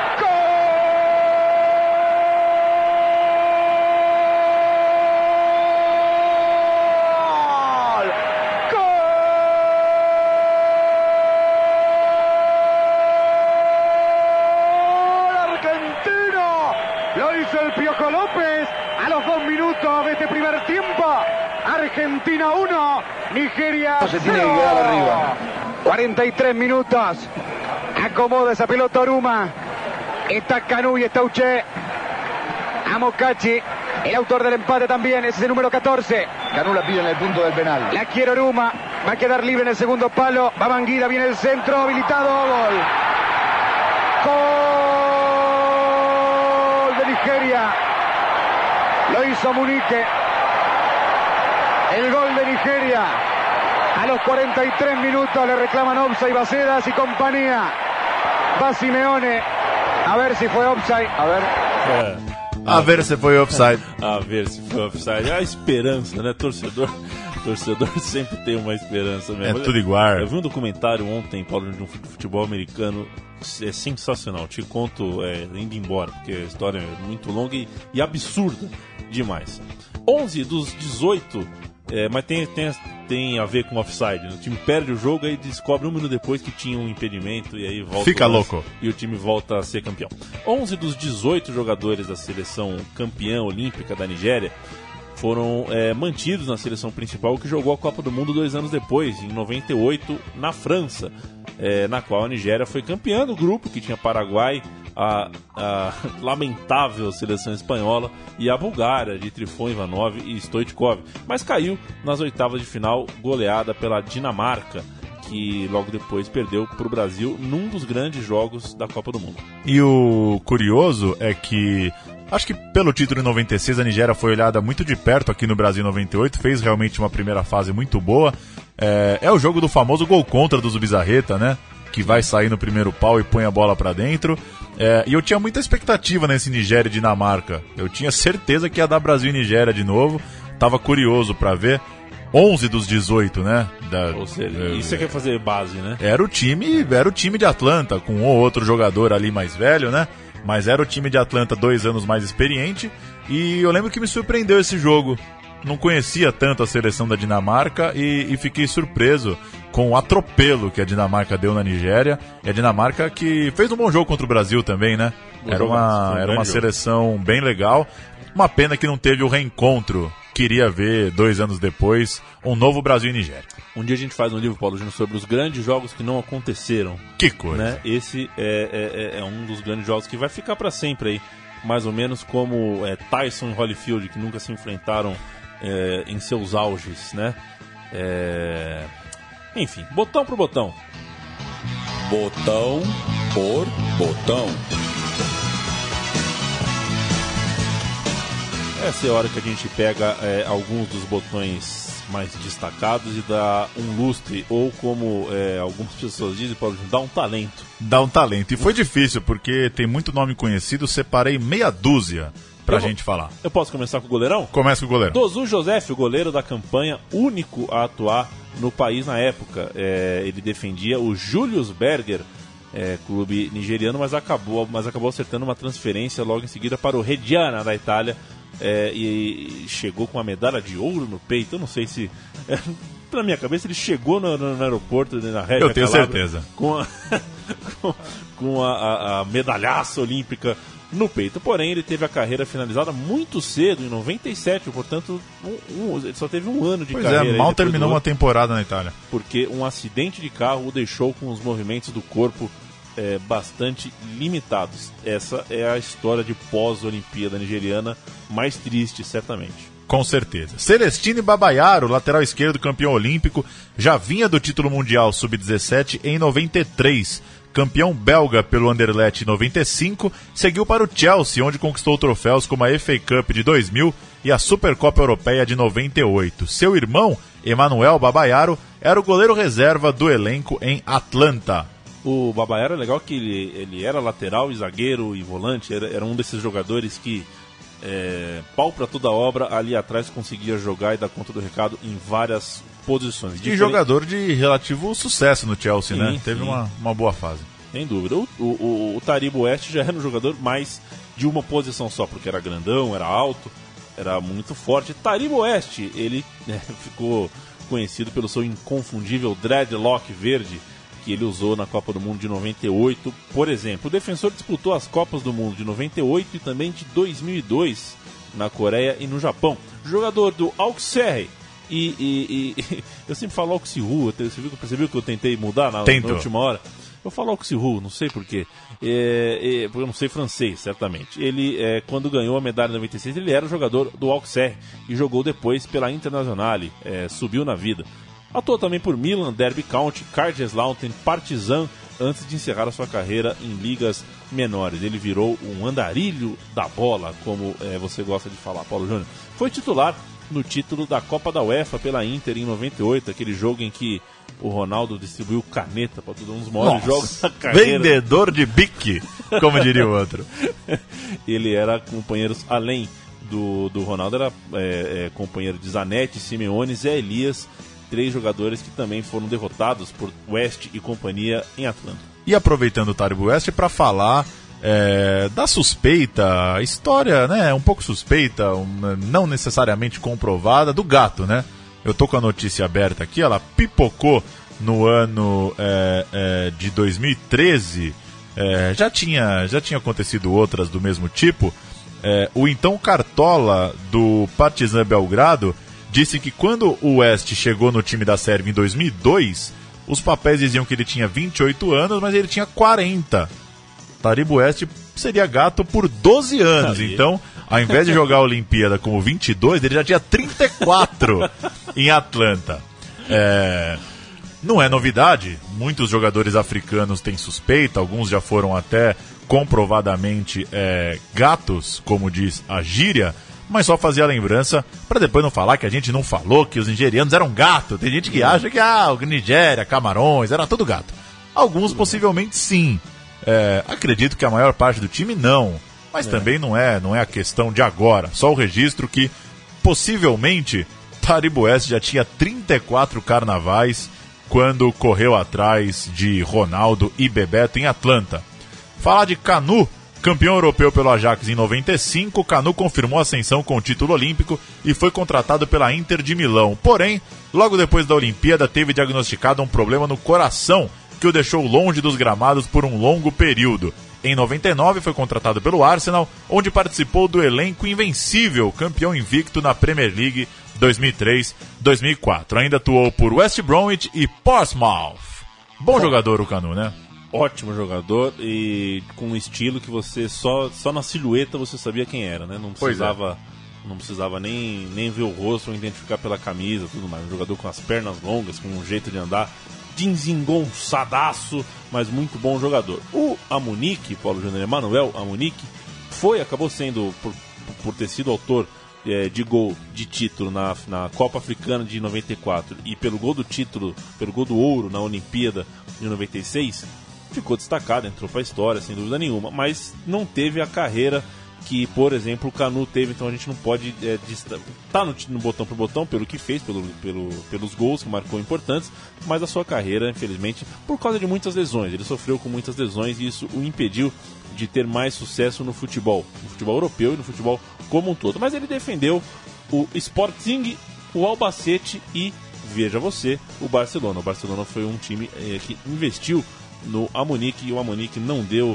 gol, argentino, lo hizo el Piojo López. A los dos minutos de este primer tiempo, Argentina uno, Nigeria Se tiene que quedar arriba. cuarenta y tres minutos. Acomoda esa pelota Oruma. Está Canú y está Uche. Amokachi, el autor del empate también, ese es el número catorce. Canú la pide en el punto del penal. La quiere Oruma. Va a quedar libre en el segundo palo. Va Banguida, viene el centro, habilitado, gol. Gol de Nigeria. Lo hizo Munique. El gol de Nigeria. A los cuarenta y tres minutos le reclaman offside Bacedas y compañía. Va Simeone. A ver si fue offside. A ver. É, A ver se foi offside. a ver se foi offside. A esperança, né? Torcedor, torcedor sempre tem uma esperança mesmo. É tudo igual. Eu vi um documentário ontem, Paulo, de um futebol americano. É sensacional. Te conto é, indo embora, porque a história é muito longa e, e absurda demais. onze dos dezoito, é, mas tem, tem, tem a ver com offside. Né? O time perde o jogo e descobre um minuto depois que tinha um impedimento e aí volta. Fica o lance, louco. E o time volta a ser campeão. onze dos dezoito jogadores da seleção campeã olímpica da Nigéria foram é, mantidos na seleção principal, que jogou a Copa do Mundo dois anos depois, em noventa e oito, na França, é, na qual a Nigéria foi campeã do grupo, que tinha Paraguai, a, a lamentável seleção espanhola e a Bulgária, de Trifon Ivanov e Stoichkov, mas caiu nas oitavas de final, goleada pela Dinamarca, que logo depois perdeu para o Brasil num dos grandes jogos da Copa do Mundo. E o curioso é que, acho que pelo título em noventa e seis a Nigéria foi olhada muito de perto aqui no Brasil em noventa e oito, fez realmente uma primeira fase muito boa. É, é o jogo do famoso gol contra do Zubizarreta, né? Que vai sair no primeiro pau e põe a bola pra dentro. É, e eu tinha muita expectativa nesse Nigéria e Dinamarca. Eu tinha certeza que ia dar Brasil e Nigéria de novo. Tava curioso pra ver. onze dos dezoito, né? Da, Ou seja, é, isso você quer fazer base, né? Era o time, era o time de Atlanta, com um ou outro jogador ali mais velho, né? Mas era o time de Atlanta dois anos mais experiente. E eu lembro que me surpreendeu esse jogo. Não conhecia tanto a seleção da Dinamarca e, e fiquei surpreso com o atropelo que a Dinamarca deu na Nigéria. E a Dinamarca que fez um bom jogo contra o Brasil também, né? Bom Era jogo, uma, um era uma grande jogo. seleção bem legal. Uma pena que não teve o reencontro queria ver, dois anos depois, um novo Brasil e Nigéria. Um dia a gente faz um livro, Paulo Júnior, sobre os grandes jogos que não aconteceram. Que coisa. Né? Esse é, é, é um dos grandes jogos que vai ficar para sempre aí. Mais ou menos como é, Tyson e Holyfield, que nunca se enfrentaram é, em seus auges, né? É... Enfim, botão por botão. Botão por botão. Essa é a hora que a gente pega é, alguns dos botões mais destacados e dá um lustre, ou como é, algumas pessoas dizem, Paulo, dá um talento. Dá um talento. E foi difícil, porque tem muito nome conhecido, separei meia dúzia pra eu gente falar. Eu posso começar com o goleirão? Começa com o goleirão. Dozu Joseph, o goleiro da campanha, único a atuar no país na época. É, ele defendia o Julius Berger, é, clube nigeriano, mas acabou, mas acabou acertando uma transferência logo em seguida para o Reggiana, da Itália. É, e chegou com uma medalha de ouro no peito. Eu não sei se... É, na minha cabeça ele chegou no, no, no aeroporto, na Regia Eu tenho Calabria, certeza. Com a, com, com a, a, a medalhaça olímpica no peito. Porém, ele teve a carreira finalizada muito cedo, em noventa e sete, portanto, um, um, ele só teve um ano de pois carreira. Pois é, mal terminou uma temporada na Itália. Porque um acidente de carro o deixou com os movimentos do corpo É, bastante limitados. Essa é a história de pós-Olimpíada nigeriana mais triste, certamente. Com certeza. Celestine Babayaro, lateral esquerdo, campeão olímpico, já vinha do título mundial sub dezessete em noventa e três. Campeão belga pelo Anderlecht em noventa e cinco, seguiu para o Chelsea, onde conquistou troféus como a F A Cup de dois mil e a Supercopa Europeia de noventa e oito. Seu irmão, Emanuel Babayaro, era o goleiro reserva do elenco em Atlanta. O Babayaro é legal que ele, ele era lateral e zagueiro e volante, era, era um desses jogadores que, é, pau para toda obra, ali atrás conseguia jogar e dar conta do recado em várias posições. E Diferente... jogador de relativo sucesso no Chelsea, sim, né? Sim. Teve uma, uma boa fase. Sem dúvida. O, o, o Taribo West já era um jogador mais de uma posição só, porque era grandão, era alto, era muito forte. Taribo West, ele é, ficou conhecido pelo seu inconfundível dreadlock verde, que ele usou na Copa do Mundo de noventa e oito, por exemplo. O defensor disputou as Copas do Mundo de noventa e oito e também de dois mil e dois na Coreia e no Japão. Jogador do Auxerre e, e, e eu sempre falo Auxerre, você viu, percebeu que eu tentei mudar na, na última hora? Eu falo Auxerre, não sei porquê, é, é, porque eu não sei francês, certamente. Ele, é, quando ganhou a medalha em noventa e seis, ele era jogador do Auxerre e jogou depois pela Internazionale, é, subiu na vida. Atuou também por Milan, Derby County, Kaiserslautern, Partizan, antes de encerrar a sua carreira em ligas menores. Ele virou um andarilho da bola, como é, você gosta de falar, Paulo Júnior. Foi titular no título da Copa da UEFA pela Inter em noventa e oito, aquele jogo em que o Ronaldo distribuiu caneta para todos os maiores jogos da carreira. Vendedor de bique, como diria o outro. Ele era companheiros além do, do Ronaldo, era é, é, companheiro de Zanetti, Simeone, Zé Elias, três jogadores que também foram derrotados por West e companhia em Atlanta. E aproveitando o Taribo West para falar é, da suspeita, história, né, um pouco suspeita, uma, não necessariamente comprovada, do gato, né? Eu tô com a notícia aberta aqui, ela pipocou no ano é, é, de dois mil e treze, é, já, tinha, já tinha acontecido outras do mesmo tipo. É, o então Cartola do Partizan Belgrado disse que quando o West chegou no time da Sérvia em dois mil e dois, os papéis diziam que ele tinha vinte e oito anos, mas ele tinha quarenta. Taribo West seria gato por doze anos, Aí. Então, ao invés de jogar a Olimpíada como vinte e dois, ele já tinha trinta e quatro em Atlanta. É... Não é novidade, muitos jogadores africanos têm suspeita, alguns já foram até comprovadamente é, gatos, como diz a gíria, mas só fazia a lembrança para depois não falar que a gente não falou que os nigerianos eram gato. Tem gente que acha que ah, o Nigéria, Camarões, era tudo gato. Alguns possivelmente sim. É, acredito que a maior parte do time não. Mas é. também não é, não é a questão de agora. Só o registro que possivelmente Taribo West já tinha trinta e quatro carnavais quando correu atrás de Ronaldo e Bebeto em Atlanta. Falar de Kanu, campeão europeu pelo Ajax em noventa e cinco, Kanu confirmou a ascensão com o título olímpico e foi contratado pela Inter de Milão. Porém, logo depois da Olimpíada, teve diagnosticado um problema no coração que o deixou longe dos gramados por um longo período. Em noventa e nove foi contratado pelo Arsenal, onde participou do elenco invencível, campeão invicto na Premier League dois mil e três dois mil e quatro. Ainda atuou por West Bromwich e Portsmouth. Bom Bom jogador o Canu, né? Ótimo jogador e com um estilo que você só, só na silhueta você sabia quem era, né? Não precisava, é. não precisava nem, nem ver o rosto ou identificar pela camisa, tudo mais. Um jogador com as pernas longas, com um jeito de andar desengonçadaço, mas muito bom jogador. O Amunique, Paulo Júnior Emanuel Amunique, foi, acabou sendo, por, por ter sido autor é, de gol de título na, na Copa Africana de noventa e quatro e pelo gol do título, pelo gol do ouro na Olimpíada de noventa e seis, ficou destacado, entrou para a história, sem dúvida nenhuma, mas não teve a carreira que, por exemplo, o Canu teve, então a gente não pode é, tá no, no botão por botão pelo que fez, pelo, pelo, pelos gols que marcou importantes, mas a sua carreira, infelizmente, por causa de muitas lesões, ele sofreu com muitas lesões e isso o impediu de ter mais sucesso no futebol, no futebol europeu e no futebol como um todo, mas ele defendeu o Sporting, o Albacete e, veja você, o Barcelona. O Barcelona foi um time é, que investiu no Amunique e o Amunique não deu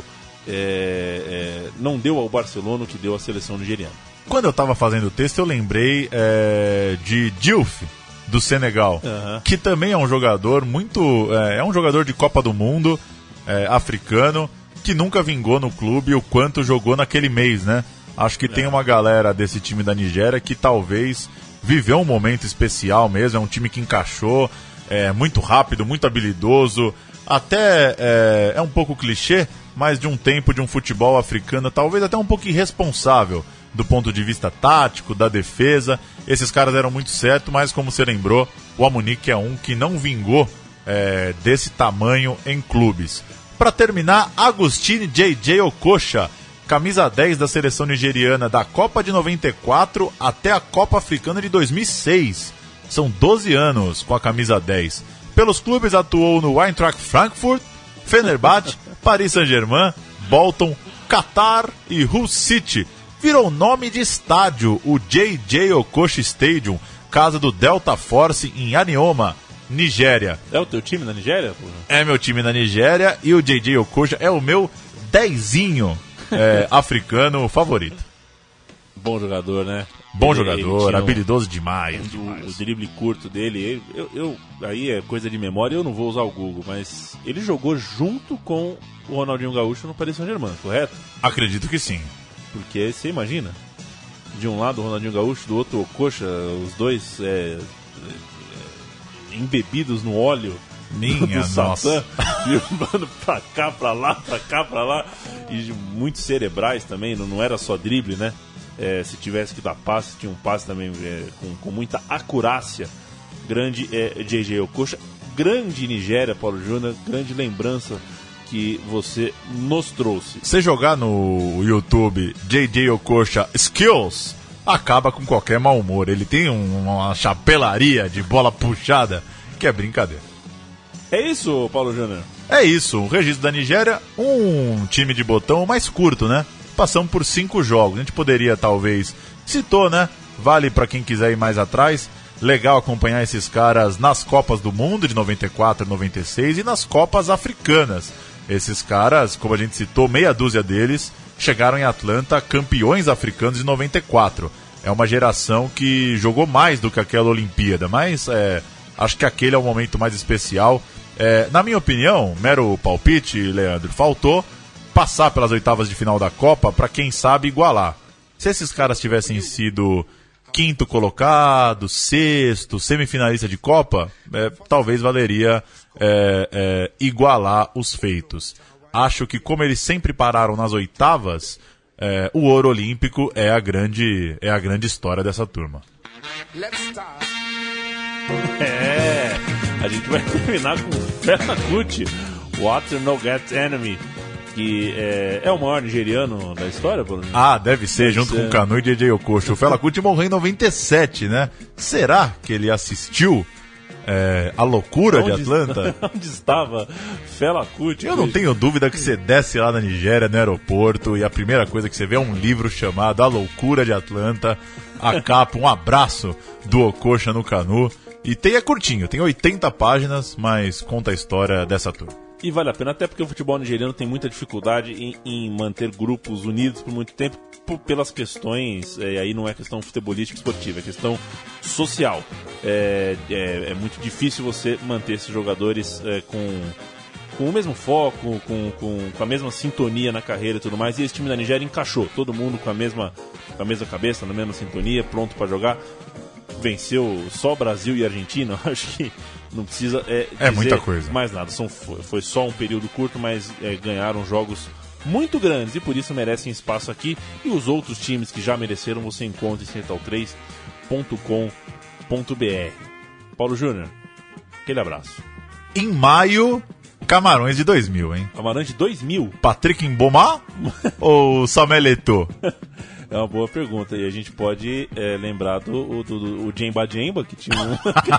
É, é, não deu ao Barcelona o que deu à seleção nigeriana. Quando eu estava fazendo o texto eu lembrei é, de Diouf do Senegal, uhum. que também é um jogador muito é, é um jogador de Copa do Mundo é, africano, que nunca vingou no clube o quanto jogou naquele mês, né? Acho que é. tem uma galera desse time da Nigéria que talvez viveu um momento especial mesmo, é um time que encaixou, é muito rápido, muito habilidoso, até é, é um pouco clichê, mas de um tempo de um futebol africano talvez até um pouco irresponsável do ponto de vista tático, da defesa. Esses caras eram muito certos, mas como você lembrou, o Amunique é um que não vingou é, desse tamanho em clubes. Para terminar, Agustine J J Okocha, camisa dez da seleção nigeriana da Copa de noventa e quatro até a Copa Africana de dois mil e seis. São doze anos com a camisa dez. Pelos clubes atuou no Eintracht Frankfurt, Fenerbahçe, Paris Saint-Germain, Bolton, Qatar e Hull City. Virou nome de estádio, o J J Okocha Stadium, casa do Delta Force em Anioma, Nigéria. É o teu time na Nigéria? Pô? É meu time na Nigéria e o J J Okocha é o meu dezinho é, africano favorito. Bom jogador, né? Bom ele, jogador, ele habilidoso demais. O, demais. o drible curto dele, eu, eu, aí é coisa de memória, eu não vou usar o Google, mas ele jogou junto com o Ronaldinho Gaúcho no Paris Saint-Germain, correto? Acredito que sim. Porque você imagina, de um lado o Ronaldinho Gaúcho, do outro o Okocha, os dois é, é, embebidos no óleo. Minha do nossa. Filmando pra cá, pra lá, pra cá, pra lá. E muito cerebrais também, não, não era só drible, né? É, se tivesse que dar passe, tinha um passe também é, com, com muita acurácia. Grande é, J J Okocha, grande Nigéria, Paulo Júnior, grande lembrança que você nos trouxe. Você jogar no YouTube J J Okocha Skills, acaba com qualquer mau humor. Ele tem um, uma chapelaria de bola puxada que é brincadeira. É isso, Paulo Júnior? É isso, o registro da Nigéria, um time de botão mais curto, né? Passamos por cinco jogos. A gente poderia, talvez, citou, né? Vale para quem quiser ir mais atrás. Legal acompanhar esses caras nas Copas do Mundo de noventa e quatro e noventa e seis e nas Copas Africanas. Esses caras, como a gente citou, meia dúzia deles chegaram em Atlanta campeões africanos de noventa e quatro. É uma geração que jogou mais do que aquela Olimpíada, mas é, acho que aquele é o momento mais especial. É, na minha opinião, mero palpite, Leandro, faltou passar pelas oitavas de final da Copa para quem sabe igualar. Se esses caras tivessem sido quinto colocado, sexto, semifinalista de Copa, é, talvez valeria é, é, igualar os feitos. Acho que como eles sempre pararam nas oitavas, é, o ouro olímpico é a grande, é a grande história dessa turma. É, a gente vai terminar com Fela Kuti, Water No Get Enemy, que é, é o maior nigeriano da história, Bruno? Ah, deve ser, deve junto ser. com o Canu e J J Okocha. O Fela Kuti morreu em noventa e sete, né? Será que ele assistiu é, a loucura onde de Atlanta? Está, onde estava Fela Kuti? Eu não tenho dúvida que você desce lá na Nigéria, no aeroporto, e a primeira coisa que você vê é um livro chamado A Loucura de Atlanta, a capa, um abraço do Okocha no Canu. E tem, é curtinho, tem oitenta páginas, mas conta a história dessa turma. E vale a pena, até porque o futebol nigeriano tem muita dificuldade em, em manter grupos unidos por muito tempo, por, pelas questões, é, aí não é questão futebolística esportiva, é questão social. É, é, é muito difícil você manter esses jogadores é, com, com o mesmo foco, com, com, com a mesma sintonia na carreira e tudo mais, e esse time da Nigéria encaixou, todo mundo com a mesma, com a mesma cabeça, na mesma sintonia, pronto para jogar. Venceu só Brasil e Argentina, acho que não precisa é, é muita coisa. mais nada. São, foi, foi só um período curto, mas é, ganharam jogos muito grandes e por isso merecem espaço aqui. E os outros times que já mereceram você encontra em central três ponto com ponto b r. Paulo Júnior, aquele abraço. Em maio, Camarões de dois mil, hein? Camarões de dois mil? Patrick Mboma ou Samuel Eto'o? É uma boa pergunta. E a gente pode é, lembrar do, do, do o Djemba Djemba, que tinha um...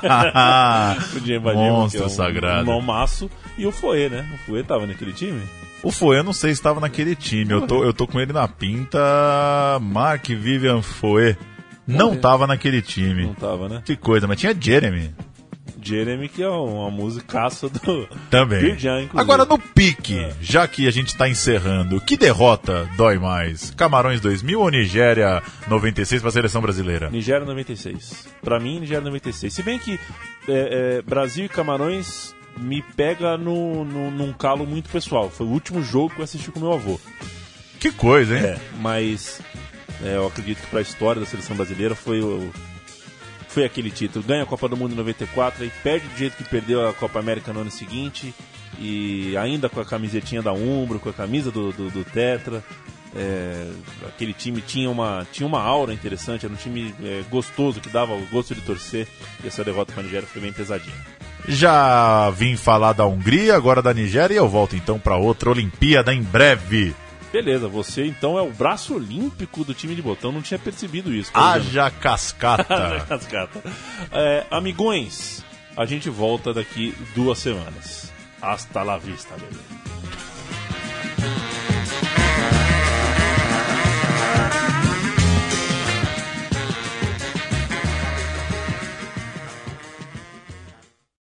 o Djemba Monstro Djemba, que é um, sagrado. Um nomaço. E o Foé, né? O Foé tava naquele time? O Foé, eu não sei se estava naquele time. Eu tô, eu tô com ele na pinta. Mark Vivian Foé. Não Morreu. Tava naquele time. Não tava, né? Que coisa, mas tinha Jeremy. Jeremy, que é uma musicaça do... Também. Birjan, inclusive. Agora, no pique, É. já que a gente tá encerrando, que derrota dói mais? Camarões dois mil ou Nigéria noventa e seis para a seleção brasileira? Nigéria noventa e seis. Pra mim, Nigéria noventa e seis. Se bem que é, é, Brasil e Camarões me pega no, no, num calo muito pessoal. Foi o último jogo que eu assisti com meu avô. Que coisa, hein? É, mas é, eu acredito que pra história da seleção brasileira foi o... Foi aquele título, ganha a Copa do Mundo em noventa e quatro e perde do jeito que perdeu a Copa América no ano seguinte, e ainda com a camisetinha da Umbro, com a camisa do, do, do Tetra. É, aquele time tinha uma, tinha uma aura interessante, era um time é, gostoso, que dava o gosto de torcer, e essa derrota para a Nigéria foi bem pesadinha. Já vim falar da Hungria, agora da Nigéria, e eu volto então para outra Olimpíada em breve. Beleza, você então é o braço olímpico do time de botão, não tinha percebido isso. Haja Haja cascata. cascata. É, amigões, a gente volta daqui duas semanas. Hasta la vista, beleza.